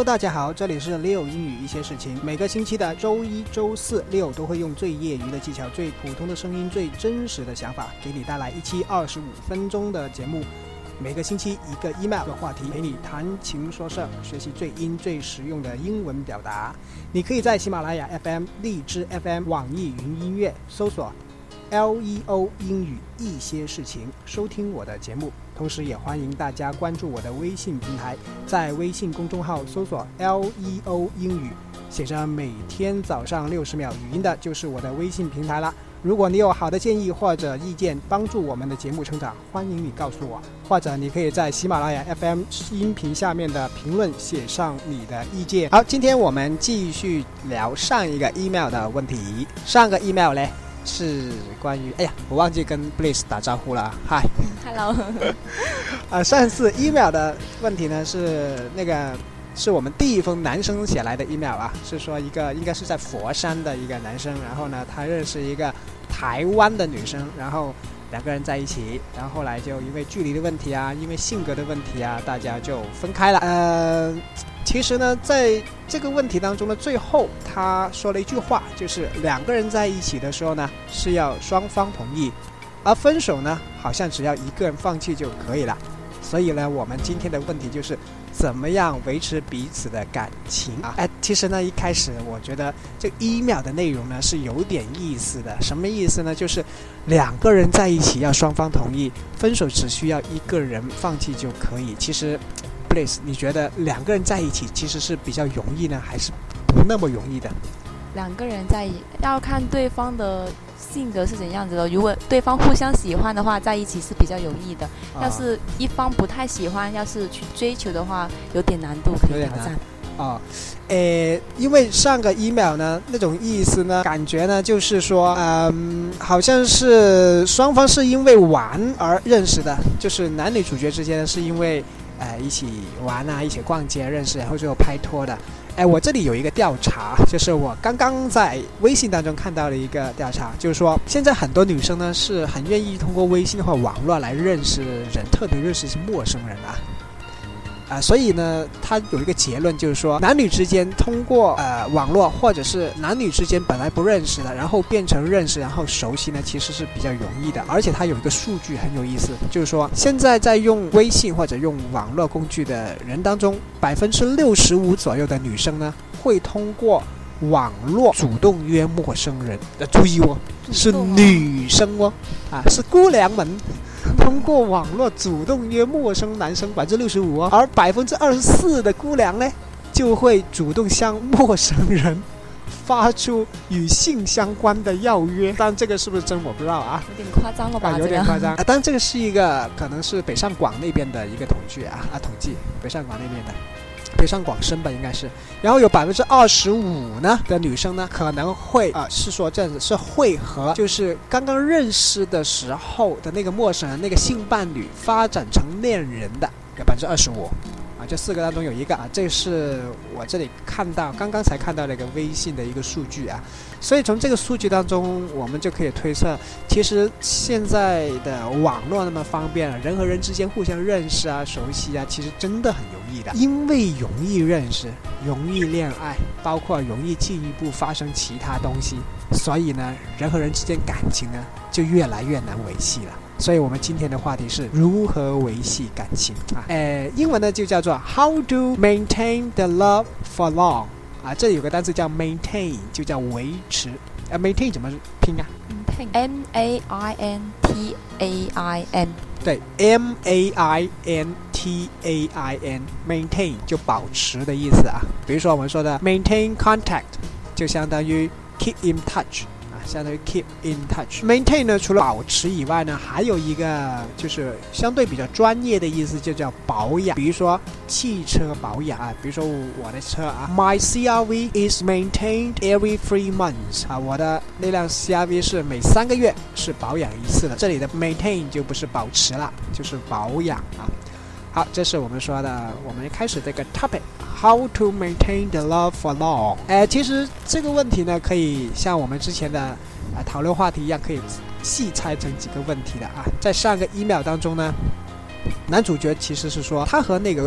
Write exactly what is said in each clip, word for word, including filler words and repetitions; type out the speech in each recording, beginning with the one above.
大家好，这里是六英语一些事情。每个星期的周一、周四、六都会用最业余的技巧、最普通的声音、最真实的想法，给你带来一期二十五分钟的节目。每个星期一个 email 的话题，陪你谈情说事，学习最英最实用的英文表达。你可以在喜马拉雅 F M、荔枝 F M、网易云音乐搜索 L E O 英语一些事情，收听我的节目。同时也欢迎大家关注我的微信平台，在微信公众号搜索 L E O 英语，写着每天早上六十秒语音的就是我的微信平台啦。如果你有好的建议或者意见，帮助我们的节目成长，欢迎你告诉我，或者你可以在喜马拉雅 F M 音频下面的评论写上你的意见。好，今天我们继续聊上一个 email 的问题。上个 email 呢是关于，哎呀，我忘记跟 Bliss 打招呼了，嗨 ，Hello 呃，上次 email 的问题呢是那个是我们第一封男生写来的 email 啊，是说一个应该是在佛山的一个男生，然后呢他认识一个台湾的女生，然后两个人在一起，然后后来就因为距离的问题啊，因为性格的问题啊，大家就分开了。呃，其实呢在这个问题当中呢，最后他说了一句话，就是两个人在一起的时候呢是要双方同意，而分手呢好像只要一个人放弃就可以了。所以呢我们今天的问题就是怎么样维持彼此的感情啊？哎，其实呢一开始我觉得这 email 的内容呢是有点意思的。什么意思呢？就是两个人在一起要双方同意，分手只需要一个人放弃就可以。其实 Bliss 你觉得两个人在一起其实是比较容易呢，还是不那么容易的？ 两个人在一起要看对方的性格是怎样子的，如果对方互相喜欢的话，在一起是比较容易的、啊、要是一方不太喜欢，要是去追求的话有点难度可以挑战哦，诶，因为上个 email 呢那种意思呢，感觉呢就是说嗯，好像是双方是因为玩而认识的，就是男女主角之间是因为呃一起玩啊，一起逛街认识，然后最后拍拖的。哎，我这里有一个调查，就是我刚刚在微信当中看到的一个调查，就是说现在很多女生呢是很愿意通过微信或网络来认识人，特别认识一些陌生人啊。啊、呃，所以呢，他有一个结论，就是说，男女之间通过呃网络，或者是男女之间本来不认识的，然后变成认识，然后熟悉呢，其实是比较容易的。而且他有一个数据很有意思，就是说，现在在用微信或者用网络工具的人当中，百分之六十五左右的女生呢，会通过网络主动约陌生人。呃，注意哦，是女生哦，啊，是姑娘们。通过网络主动约陌生男生百分之六十五哦，而百分之二十四的姑娘呢，就会主动向陌生人发出与性相关的邀约。但这个是不是真我不知道啊， 有点夸张了吧、 啊、有点夸张、啊、但这个是一个可能是北上广那边的一个统计啊啊统计，北上广那边的。北上广深吧应该是，然后有百分之二十五呢的女生呢可能会啊、呃、是说这样子，是会和就是刚刚认识的时候的那个陌生人那个性伴侣发展成恋人的，有百分之二十五啊，这四个当中有一个啊，这是我这里看到刚刚才看到的一个微信的一个数据啊，所以从这个数据当中我们就可以推测，其实现在的网络那么方便了，人和人之间互相认识啊熟悉啊，其实真的很容易的，因为容易认识，容易恋爱，包括容易进一步发生其他东西，所以呢人和人之间感情呢就越来越难维系了。所以我们今天的话题是如何维系感情啊，呃，英文呢就叫做 How to maintain the love for long 啊，这里有个单词叫 maintain， 就叫维持。呃 maintain 怎么拼啊？ M A I N T A I N， 对 M A I N T A I N maintain 就保持的意思啊。比如说我们说的 maintain contact 就相当于 keep in touch，相当于 keep in touch。 maintain 呢除了保持以外呢，还有一个就是相对比较专业的意思，就叫保养。比如说汽车保养啊，比如说我的车啊 My C R V is maintained every three months 啊，我的那辆 C R V 是每三个月是保养一次的。这里的 maintain 就不是保持了，就是保养啊。好，这是我们说的我们开始这个 topic How to maintain the love for long。 哎，其实这个问题呢可以像我们之前的、呃、讨论话题一样，可以细拆成几个问题的啊。在上个 email 当中呢，男主角其实是说他和那个他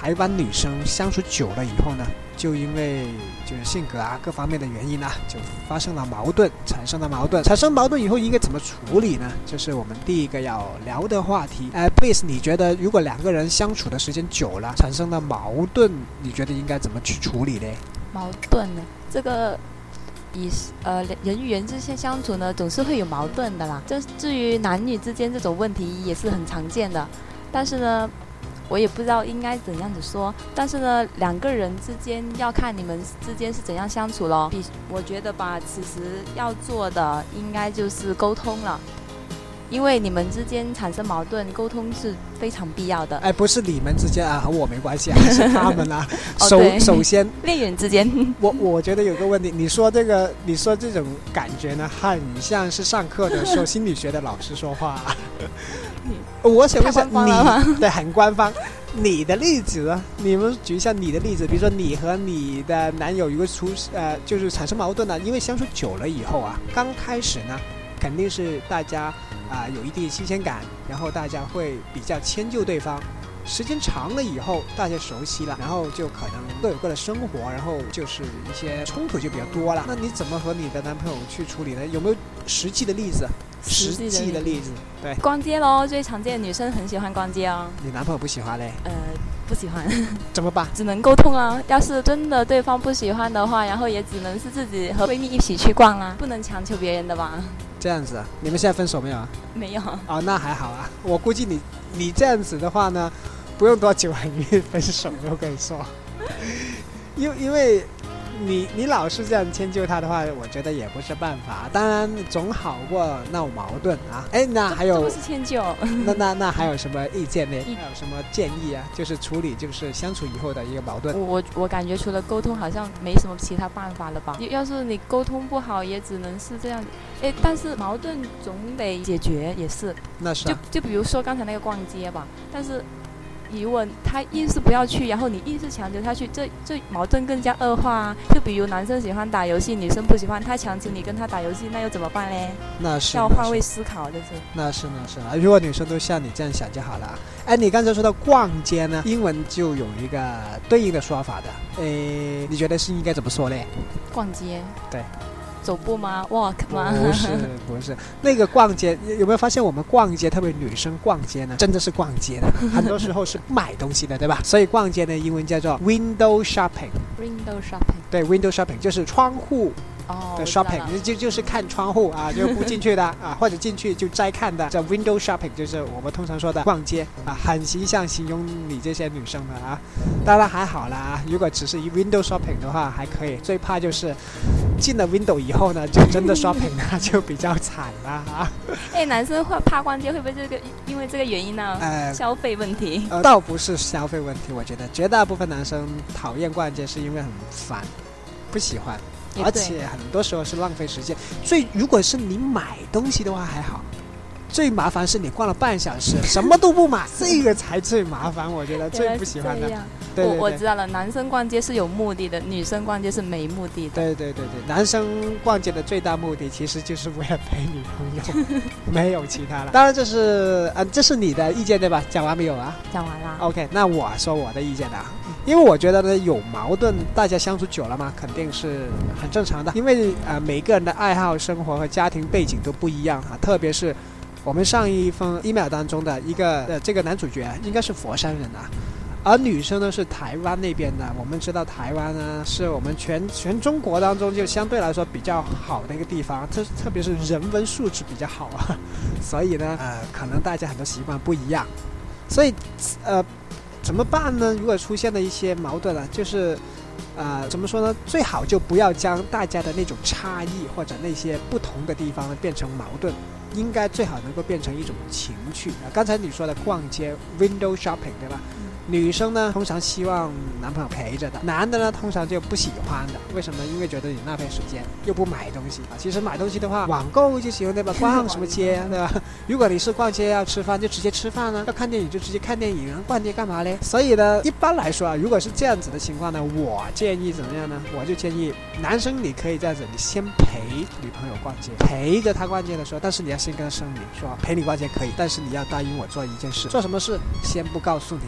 台湾女生相处久了以后呢，就因为就是性格啊各方面的原因啊，就发生了矛盾，产生了矛盾。产生矛盾以后应该怎么处理呢？这是我们第一个要聊的话题。呃 ，Please， 你觉得如果两个人相处的时间久了，产生了矛盾，你觉得应该怎么去处理呢？ 矛盾呢？这个以呃人与人之间相处呢，总是会有矛盾的啦。这至于男女之间这种问题也是很常见的，但是呢，我也不知道应该怎样子说。但是呢，两个人之间要看你们之间是怎样相处咯。比我觉得吧，此时要做的应该就是沟通了。因为你们之间产生矛盾，沟通是非常必要的。 哎，不是你们之间啊，和我没关系啊，是他们啊。 哦、 首首先， 恋人之间， 我我觉得有个问题，你说这个，你说这种感觉呢，很像是上课的时候心理学的老师说话。我想问一下你，对，很官方。你的例子呢？你们举一下你的例子，比如说你和你的男友如果出呃，就是产生矛盾了，因为相处久了以后啊，刚开始呢，肯定是大家啊、呃、有一定新鲜感，然后大家会比较迁就对方。时间长了以后，大家熟悉了，然后就可能各有各的生活，然后就是一些冲突就比较多了。那你怎么和你的男朋友去处理呢？有没有实际的例子？实际的例子，对， 逛街咯，最常见的女生很喜欢逛街哦。 你男朋友不喜欢嘞？ 呃，不喜欢。 怎么办？ 只能沟通啊。要是真的对方不喜欢的话，然后也只能是自己和闺蜜一起去逛啦，不能强求别人的吧。 这样子啊？你们现在分手没有啊？ 没有。 哦，那还好啊。我估计你你这样子的话呢，不用多久很容易分手，我跟你说。因因为你你老是这样迁就他的话，我觉得也不是办法。当然总好过闹矛盾啊。哎，那还有这不是迁就。 那那那还有什么意见呢？还有什么建议啊？就是处理就是相处以后的一个矛盾。 我我感觉除了沟通，好像没什么其他办法了吧？要是你沟通不好，也只能是这样。哎，但是矛盾总得解决，也是。 那是、 啊。就就比如说刚才那个逛街吧，但是。疑问，他硬是不要去，然后你硬是强求他去，这这矛盾更加恶化啊！就比如男生喜欢打游戏，女生不喜欢，他强求你跟他打游戏，那又怎么办嘞？ 那是要换位思考，这是。 那是那是啊！如果女生都像你这样想就好了。哎，你刚才说到逛街呢，英文就有一个对应的说法的。哎，你觉得是应该怎么说嘞？ 逛街。 对。 走步吗 ？walk 吗？ 不是不是，那个逛街有没有发现，我们逛街，特别女生逛街呢，真的是逛街的，很多时候是买东西的，对吧？所以逛街呢，英文叫做 window shopping。window shopping。 对 ，window shopping 就是窗户的 shopping，、哦、就就是看窗户啊，就不进去的啊，或者进去就摘看的，叫 window shopping， 就是我们通常说的逛街啊，很形象形容你这些女生的啊。当然还好啦，如果只是 window shopping 的话还可以，最怕就是进了 window 以后呢，就真的 shopping 呢就比较惨了啊。 哎，男生会怕逛街，会不会这个因为这个原因呢？呃，消费问题、 呃。倒不是消费问题，我觉得绝大部分男生讨厌逛街是因为很烦，不喜欢。而且很多时候是浪费时间，所以如果是你买东西的话还好，最麻烦是你逛了半小时什么都不买，这个才最麻烦，我觉得最不喜欢的。对对对， 我我知道了，男生逛街是有目的的，女生逛街是没目的的。 对对对对，男生逛街的最大目的其实就是为了陪女朋友，没有其他了。当然这是呃这是你的意见对吧？讲完没有啊？ 讲完了。 OK， 那我说我的意见啊。因为我觉得呢，有矛盾，大家相处久了嘛，肯定是很正常的。因为呃，每个人的爱好、生活和家庭背景都不一样啊。特别是我们上一封 email 当中的一个呃，这个男主角应该是佛山人啊，而女生呢是台湾那边的。我们知道台湾呢是我们全全中国当中就相对来说比较好的一个地方，特特别是人文素质比较好啊。所以呢，呃，可能大家很多习惯不一样，所以呃。怎么办呢？如果出现了一些矛盾了，就是，呃，怎么说呢？最好就不要将大家的那种差异或者那些不同的地方呢变成矛盾，应该最好能够变成一种情趣啊。刚才你说的逛街 ，window shopping， 对吧？嗯、女生呢通常希望男朋友陪着的，男的呢通常就不喜欢的。为什么？因为觉得你浪费时间，又不买东西啊。其实买东西的话，网购就行，对吧？逛什么街，对吧？如果你是逛街要吃饭，就直接吃饭啊；要看电影就直接看电影啊。逛街干嘛嘞？所以呢，一般来说啊，如果是这样子的情况呢，我建议怎么样呢？我就建议男生你可以这样子，你先陪女朋友逛街，陪着她逛街的时候，但是你要先跟她声明说，陪你逛街可以，但是你要答应我做一件事，做什么事先不告诉你。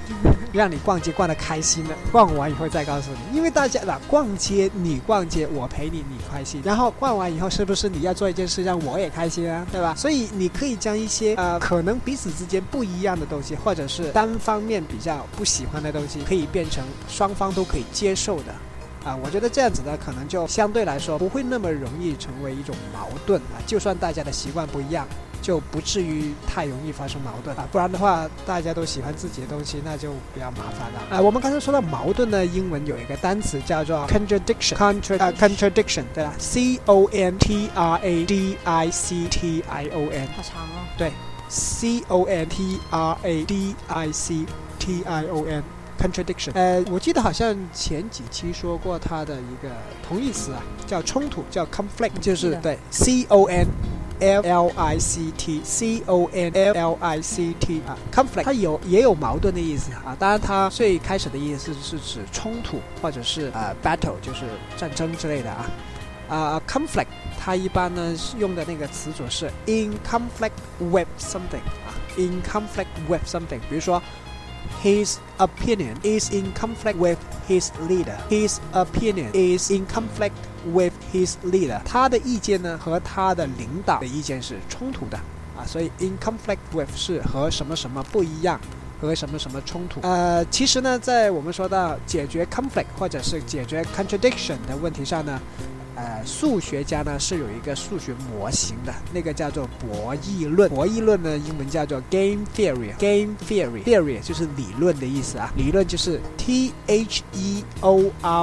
让你逛街逛得开心了，逛完以后再告诉你。因为大家啦，逛街你逛街，我陪你，你开心。然后逛完以后，是不是你要做一件事让我也开心啊？对吧？所以你可以将一些呃可能彼此之间不一样的东西，或者是单方面比较不喜欢的东西，可以变成双方都可以接受的。啊，我觉得这样子呢，可能就相对来说不会那么容易成为一种矛盾啊。就算大家的习惯不一样，就不至于太容易发生矛盾啊。不然的话，大家都喜欢自己的东西，那就比较麻烦了啊。我们刚才说到矛盾呢，英文有一个单词叫做 contradiction，contra 啊 contradiction 对吧 ？C O N T R A D I C T I O N， 好长哦。 对 ，C O N T R A D I C T I O N。contradiction， 呃，我记得好像前几期说过它的一个同义词啊，叫冲突，叫 conflict， 就是对 C O N L L I C T，C O N L L I C T 啊 ，conflict， 它有也有矛盾的意思啊。当然，它最开始的意思是指冲突，或者是呃 battle， 就是战争之类的啊。啊、uh, ，conflict， 它一般呢用的那个词组是 in conflict with something 啊 ，in conflict with something， 比如说。His opinion is in conflict with his leader. His opinion is in conflict with his leader. 他的意见呢和他的领导的意见是冲突的啊，所以 in conflict with 是和什么什么不一样，和什么什么冲突。呃，其实呢，在我们说到解决 conflict 或者是解决 contradiction 的问题上呢。呃，数学家呢是有一个数学模型的，那个叫做博弈论。博弈论呢，英文叫做 game theory。game theory，theory 就是理论的意思啊。理论就是 T H E O R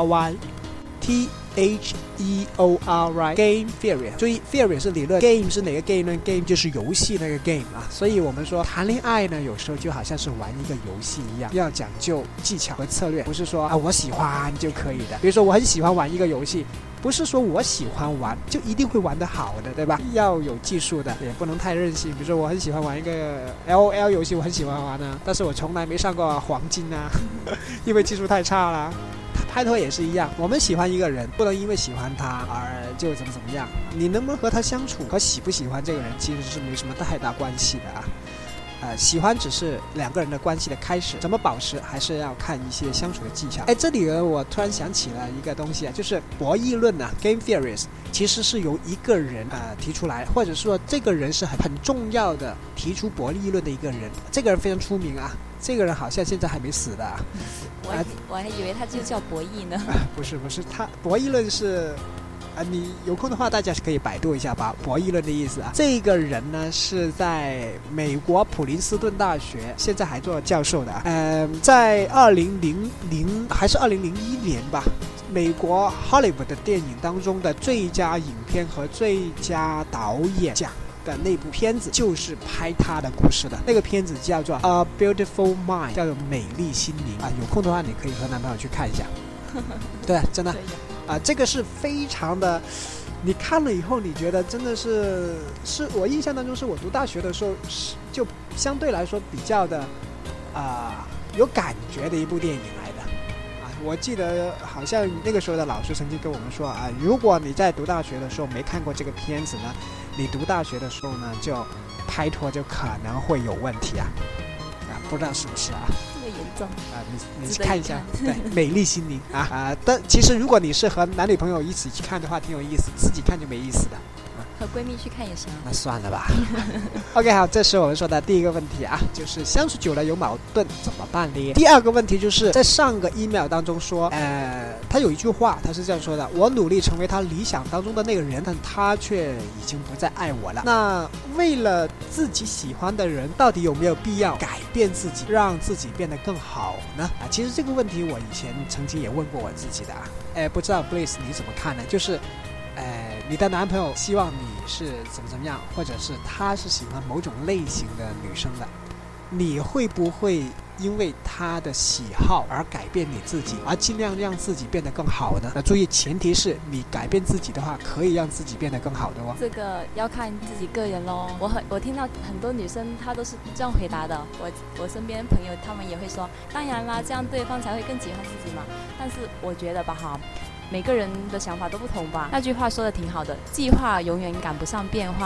Y，T H E O R Y，game theory。注意 ，theory 是理论 ，game 是哪个 game 呢 ？game 就是游戏那个 game 啊。所以我们说谈恋爱呢，有时候就好像是玩一个游戏一样，要讲究技巧和策略，不是说啊我喜欢就可以的。比如说我很喜欢玩一个游戏。不是说我喜欢玩就一定会玩得好的，对吧？要有技术的，也不能太任性。比如说我很喜欢玩一个 L O L 游戏，我很喜欢玩呢，但是我从来没上过黄金啊，因为技术太差了。拍拖也是一样，我们喜欢一个人，不能因为喜欢他而就怎么怎么样。你能不能和他相处，和喜不喜欢这个人其实是没什么太大关系的啊。呃，喜欢只是两个人的关系的开始，怎么保持还是要看一些相处的技巧。哎，这里呢，我突然想起了一个东西啊，就是博弈论啊 ，game theories 其实是由一个人呃提出来，或者说这个人是很很重要的提出博弈论的一个人，这个人非常出名啊，这个人好像现在还没死的啊。 我还、啊、我还以为他就叫博弈呢。 啊、不是不是，他博弈论是。啊，你有空的话，大家可以百度一下吧。博弈论的意思啊，这个人呢是在美国普林斯顿大学，现在还做教授的。嗯、呃，在二零零零还是二零零一年吧，美国 Hollywood 的电影当中的最佳影片和最佳导演奖的那部片子，就是拍他的故事的。那个片子叫做《A Beautiful Mind》，叫做《美丽心灵》啊。有空的话，你可以和男朋友去看一下。对，真的。啊，这个是非常的，你看了以后，你觉得真的是，是我印象当中是我读大学的时候，是就相对来说比较的，啊、呃，有感觉的一部电影来的。啊，我记得好像那个时候的老师曾经跟我们说啊，如果你在读大学的时候没看过这个片子呢，你读大学的时候呢，就拍拖就可能会有问题啊。啊，不知道是不是啊？啊，你你看一下，对，美丽心灵啊啊！但其实如果你是和男女朋友一起去看的话，挺有意思；自己看就没意思的。 和闺蜜去看也行。 那算了吧。OK， 好，这是我们说的第一个问题啊，就是相处久了有矛盾怎么办呢？第二个问题就是在上个 email 当中说，呃，他有一句话，他是这样说的：我努力成为他理想当中的那个人，但他却已经不再爱我了。那为了自己喜欢的人，到底有没有必要改变自己，让自己变得更好呢？啊，其实这个问题我以前曾经也问过我自己的啊，哎，不知道 Bliss 你怎么看呢？就是。呃，你的男朋友希望你是怎么怎么样，或者是他是喜欢某种类型的女生的，你会不会因为他的喜好而改变你自己，而尽量让自己变得更好呢？那注意，前提是你改变自己的话，可以让自己变得更好的哦。 这个要看自己个人咯。我很我听到很多女生她都是这样回答的。我我身边朋友他们也会说，当然啦，这样对方才会更喜欢自己嘛。但是我觉得吧哈。每个人的想法都不同吧。那句话说的挺好的，计划永远赶不上变化。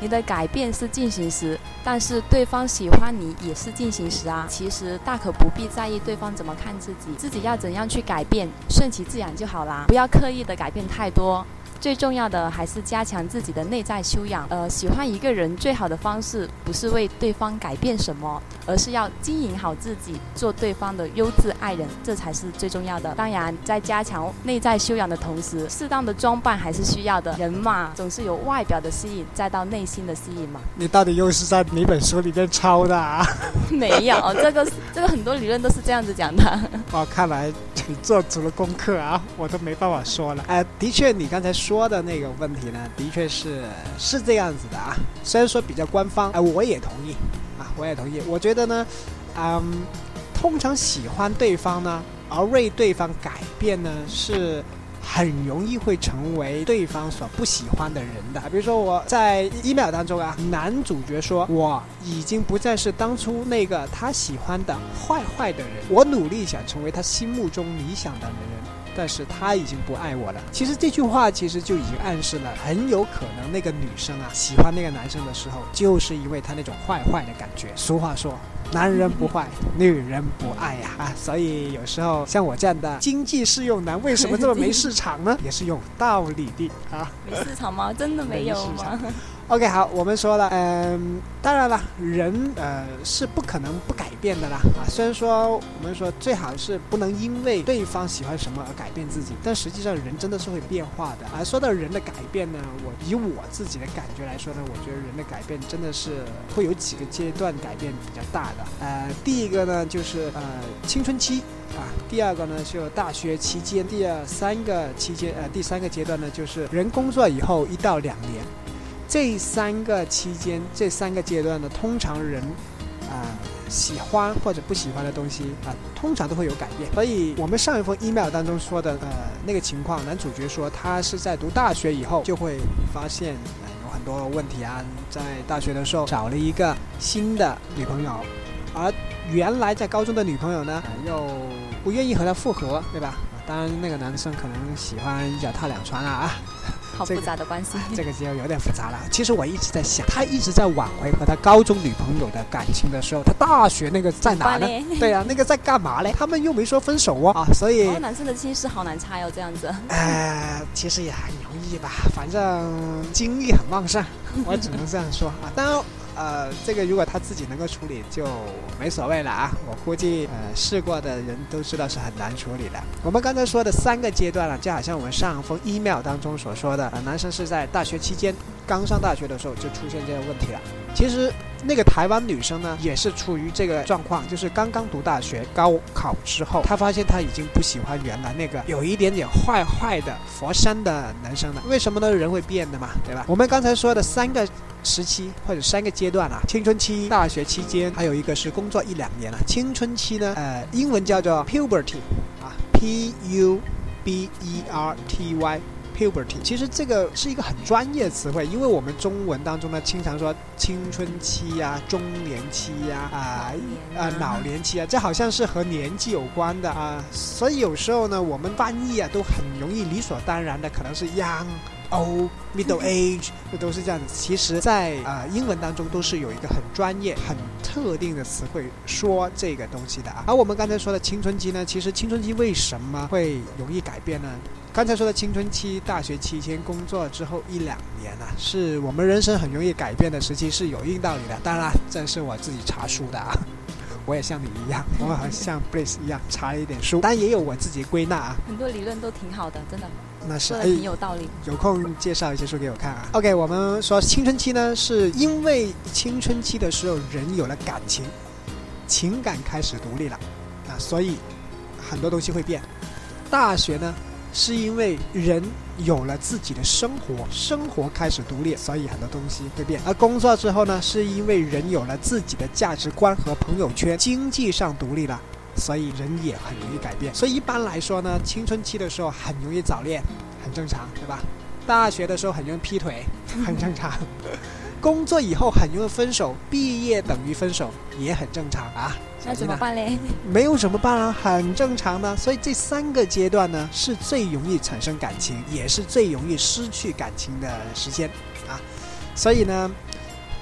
你的改变是进行时，但是对方喜欢你也是进行时啊。其实大可不必在意对方怎么看自己，自己要怎样去改变，顺其自然就好啦，不要刻意的改变太多。最重要的还是加强自己的内在修养。呃，喜欢一个人最好的方式不是为对方改变什么，而是要经营好自己，做对方的优质爱人，这才是最重要的。当然，在加强内在修养的同时，适当的装扮还是需要的。人嘛，总是有外表的吸引，再到内心的吸引嘛。 你到底又是在哪本书里面抄的啊？ 没有，这个这个很多理论都是这样子讲的。 哦，看来你做足了功课啊，我都没办法说了。呃，的确，你刚才说的那个问题呢，的确是是这样子的啊。虽然说比较官方，哎、呃，我也同意啊，我也同意。我觉得呢，嗯，通常喜欢对方呢，而为对方改变呢，是很容易会成为对方所不喜欢的人的。比如说我在 email 当中啊，男主角说我已经不再是当初那个他喜欢的坏坏的人，我努力想成为他心目中理想的人，但是他已经不爱我了。其实这句话其实就已经暗示了，很有可能那个女生啊喜欢那个男生的时候，就是因为他那种坏坏的感觉。俗话说，男人不坏，女人不爱呀、啊！啊，所以有时候像我这样的经济适用男，为什么这么没市场呢？也是有道理的啊。 没市场吗？真的没有吗 ？OK， 好，我们说了，嗯，当然了，人呃是不可能不改变的啦啊。虽然说我们说最好是不能因为对方喜欢什么而改变自己，但实际上人真的是会变化的啊。说到人的改变呢，我以我自己的感觉来说呢，我觉得人的改变真的是会有几个阶段改变比较大的。呃，第一个呢就是呃青春期啊，第二个呢就大学期间，第二三个期间呃第三个阶段呢就是人工作以后一到两年。这三个期间，这三个阶段呢，通常人啊、呃、喜欢或者不喜欢的东西啊、呃，通常都会有改变。所以我们上一封 email 当中说的呃那个情况，男主角说他是在读大学以后就会发现、呃、有很多问题啊，在大学的时候找了一个新的女朋友，而原来在高中的女朋友呢、呃、又不愿意和他复合，对吧？啊、当然那个男生可能喜欢一脚踏两船啊。 好复杂的关系、 这个，这个就有点复杂了。其实我一直在想，他一直在挽回和他高中女朋友的感情的时候，他大学那个在哪呢？对啊，那个在干嘛嘞？他们又没说分手哦啊，所以、 哦、男生的心思好难猜哦，这样子。 呃，其实也很容易吧，反正精力很旺盛，我只能这样说啊。当然。呃，这个如果他自己能够处理就没所谓了啊。我估计呃试过的人都知道是很难处理的。我们刚才说的三个阶段了、啊，就好像我们上封 email 当中所说的，呃，男生是在大学期间刚上大学的时候就出现这个问题了。其实那个台湾女生呢，也是处于这个状况，就是刚刚读大学高考之后，她发现她已经不喜欢原来那个有一点点坏坏的佛山的男生了。为什么呢？人会变的嘛，对吧？我们刚才说的三个时期或者三个阶段啊，青春期、大学期间，还有一个是工作一两年了、啊。青春期呢，呃，英文叫做 puberty 啊 ，P U B E R T Y。puberty 其实这个是一个很专业的词汇，因为我们中文当中呢经常说青春期呀、啊、中年期呀、啊、啊、啊老年期啊，这好像是和年纪有关的啊，所以有时候呢我们翻译啊都很容易理所当然的，可能是 young、old、middle age， 这都是这样子。其实在呃英文当中都是有一个很专业、很特定的词汇说这个东西的啊。而我们刚才说的青春期呢，其实青春期为什么会容易改变呢？刚才说的青春期、大学期间、工作之后一两年啊，是我们人生很容易改变的时期，是有一定道理的。当然，这是我自己查书的啊，我也像你一样，我好像 Blaze 一样查了一点书，但也有我自己归纳啊。 很多理论都挺好的，真的。 那是说得挺有道理。 有空介绍一些书给我看啊。OK， 我们说青春期呢，是因为青春期的时候人有了感情，情感开始独立了啊，所以很多东西会变。大学呢？是因为人有了自己的生活，生活开始独立，所以很多东西会变。而工作之后呢，是因为人有了自己的价值观和朋友圈，经济上独立了，所以人也很容易改变。所以一般来说呢，青春期的时候很容易早恋，很正常，对吧？大学的时候很容易劈腿，很正常。工作以后很容易分手，毕业等于分手，也很正常啊。 那怎么办嘞？ 没有什么办啊，很正常的。所以这三个阶段呢，是最容易产生感情，也是最容易失去感情的时间啊。所以呢，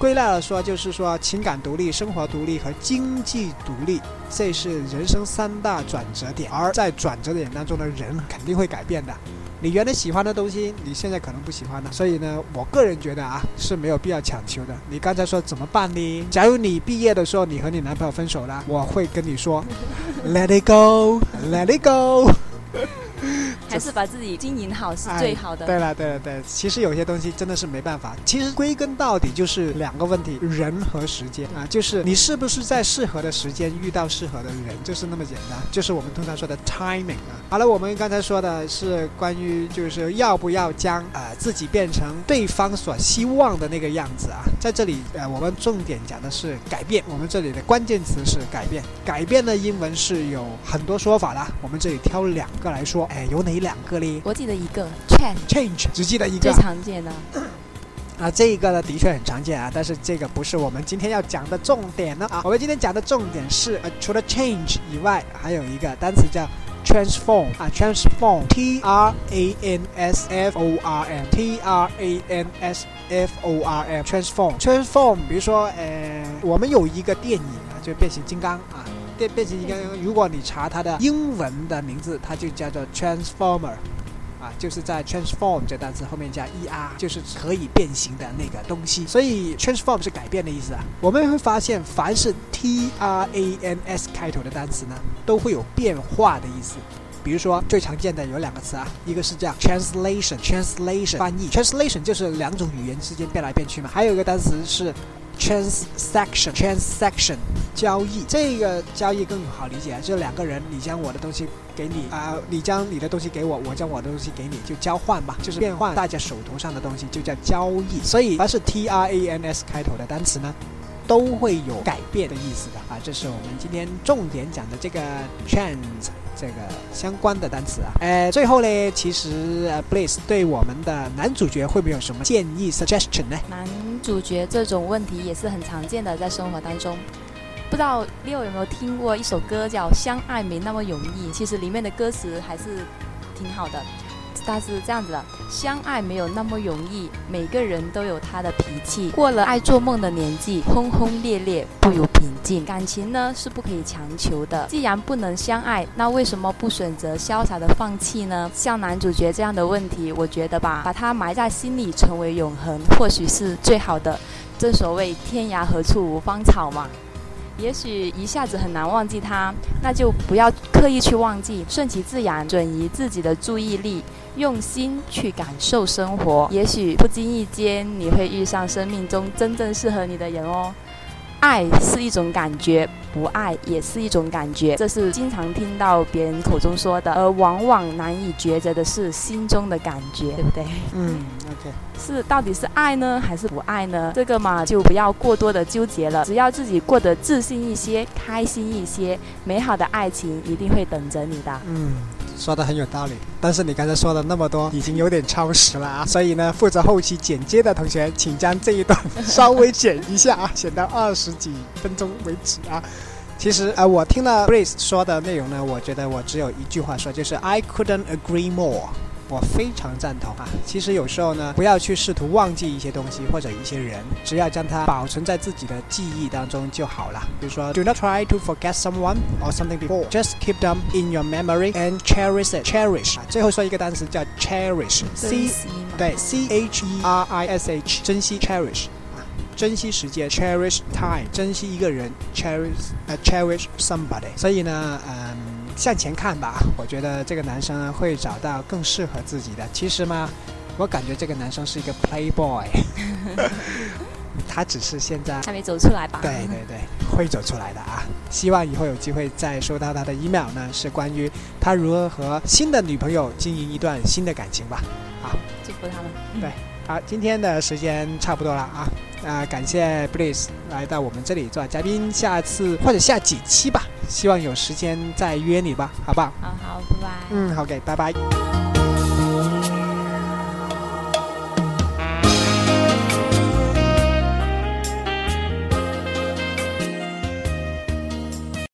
归纳了说，就是说情感独立、生活独立和经济独立，这是人生三大转折点。而在转折点当中的人肯定会改变的。你原来喜欢的东西，你现在可能不喜欢了。所以呢，我个人觉得啊，是没有必要强求的。你刚才说怎么办呢？假如你毕业的时候，你和你男朋友分手了，我会跟你说，Let it go, let it go。 还是把自己经营好是最好的。 哎、对了对了对，其实有些东西真的是没办法。其实归根到底就是两个问题，人和时间啊，就是你是不是在适合的时间遇到适合的人，就是那么简单，就是我们通常说的 timing 啊。好了，我们刚才说的是关于就是要不要将呃自己变成对方所希望的那个样子啊，在这里呃我们重点讲的是改变，我们这里的关键词是改变。改变的英文是有很多说法的，我们这里挑两个来说。哎，有哪两个呢？ 我记得一个 change change 只记得一个最常见的啊，这一个呢的确很常见啊，但是这个不是我们今天要讲的重点呢啊。我们今天讲的重点是、呃、除了 change 以外，还有一个单词叫 transform 啊 transform T R A N S F O R M T R A N S F O R M transform transform 比如说呃我们有一个电影啊，就变形金刚啊，变形金刚如果你查它的英文的名字，它就叫做 Transformer 啊，就是在 transform 这单词后面加 er， 就是可以变形的那个东西。所以 transform 是改变的意思啊。我们会发现凡是 T R A N S 开头的单词呢，都会有变化的意思。比如说最常见的有两个词啊，一个是叫 translation translation 翻译， translation 就是两种语言之间变来变去嘛。还有一个单词是transaction transaction 交易，这个交易更好理解，就两个人，你将我的东西给你啊、呃，你将你的东西给我，我将我的东西给你，就交换吧，就是变换大家手头上的东西，就叫交易。所以凡是 T R A N S 开头的单词呢，都会有改变的意思的啊。这是我们今天重点讲的这个 trans 这个相关的单词啊。呃，最后呢，其实呃 Bliss 对我们的男主角会不会有什么建议 suggestion 呢？ 男主角这种问题也是很常见的，在生活当中。不知道Leo有没有听过一首歌叫《相爱没那么容易》，其实里面的歌词还是挺好的。它是这样子的：相爱没有那么容易，每个人都有他的脾气。过了爱做梦的年纪，轰轰烈烈不如平静。感情呢是不可以强求的，既然不能相爱，那为什么不选择潇洒的放弃呢？像男主角这样的问题，我觉得吧，把它埋在心里成为永恒，或许是最好的。正所谓天涯何处无芳草嘛。也许一下子很难忘记他，那就不要刻意去忘记，顺其自然，转移自己的注意力，用心去感受生活。也许不经意间你会遇上生命中真正适合你的人哦。爱是一种感觉，不爱也是一种感觉，这是经常听到别人口中说的，而往往难以抉择的是心中的感觉，对不对？ 嗯 ，OK， 是到底是爱呢，还是不爱呢？这个嘛，就不要过多的纠结了，只要自己过得自信一些，开心一些，美好的爱情一定会等着你的。 嗯。说的很有道理，但是你刚才说的那么多已经有点超时了啊，所以呢，负责后期剪接的同学，请将这一段稍微剪一下啊，剪到二十几分钟为止啊。其实呃，我听了 Bliss 说的内容呢，我觉得我只有一句话说，就是 I couldn't agree more。我非常赞同啊！其实有时候呢，不要去试图忘记一些东西或者一些人，只要将它保存在自己的记忆当中就好了。比如说 ，Do not try to forget someone or something before. Just keep them in your memory and cherish it. Cherish 啊，最后说一个单词叫 cherish，c 对 c h e r i s h， 珍惜 cherish 啊，珍惜时间 cherish time， 珍惜一个人 cherish 呃、uh, cherish somebody。所以呢，嗯。向前看吧，我觉得这个男生会找到更适合自己的。其实嘛，我感觉这个男生是一个 playboy， 他只是现在还没走出来吧？ 对对对，会走出来的啊！希望以后有机会再收到他的 email 呢，是关于他如何和新的女朋友经营一段新的感情吧。好， 祝福他们。 对，好，今天的时间差不多了啊。啊、呃，感谢 Bliss 来到我们这里做嘉宾，下次或者下几期吧，希望有时间再约你吧，好不好？ 好好，拜拜。 嗯，好，给，拜拜。